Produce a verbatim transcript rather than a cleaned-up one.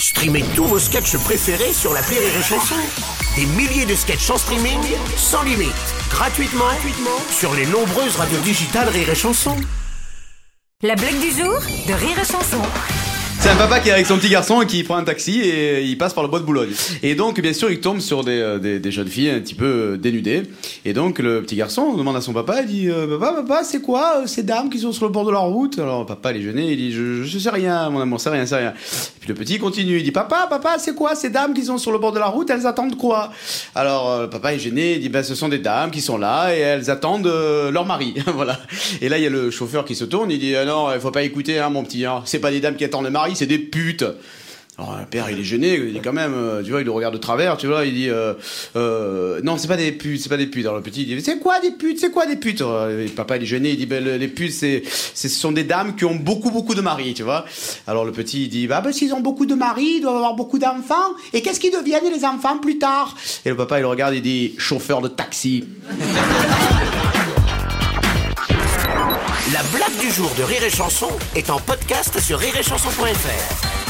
Streamez tous vos sketchs préférés sur l'appli Rire et Chanson. Des milliers de sketchs en streaming, sans limite, gratuitement, gratuitement sur les nombreuses radios digitales Rire et Chanson. La blague du jour de Rire et Chanson. C'est un papa qui est avec son petit garçon et qui prend un taxi et il passe par le bois de Boulogne. Et donc, bien sûr, il tombe sur des, des, des jeunes filles un petit peu dénudées. Et donc, le petit garçon demande à son papa, il dit euh, « Papa, papa, c'est quoi euh, ces dames qui sont sur le bord de la route ?» Alors, papa, il est gêné, il dit je, « Je sais rien, mon amour, c'est rien, c'est rien. » Et puis le petit continue, il dit « Papa, papa, c'est quoi ces dames qui sont sur le bord de la route, elles attendent quoi ?» Alors, euh, papa est gêné, il dit ben, « Ce sont des dames qui sont là et elles attendent euh, leur mari. » Voilà. Et là, il y a le chauffeur qui se tourne, il dit ah, « Non, il faut pas écouter, hein, mon petit, hein. C'est pas des dames qui attendent le mari, c'est des putes. » Alors le père il est gêné, il dit quand même, euh, tu vois, il le regarde de travers, tu vois, il dit euh, euh, non c'est pas des putes, c'est pas des putes. Alors le petit il dit c'est quoi des putes, c'est quoi des putes. Alors, et papa il est gêné, il dit ben les putes c'est, c'est ce sont des dames qui ont beaucoup beaucoup de maris, tu vois. Alors le petit il dit bah ben s'ils ont beaucoup de maris, ils doivent avoir beaucoup d'enfants. Et qu'est-ce qu'ils deviennent les enfants plus tard? Et le papa il le regarde, il dit chauffeur de taxi. La blague du jour de Rire et Chanson est en podcast sur rire et chanson point f r.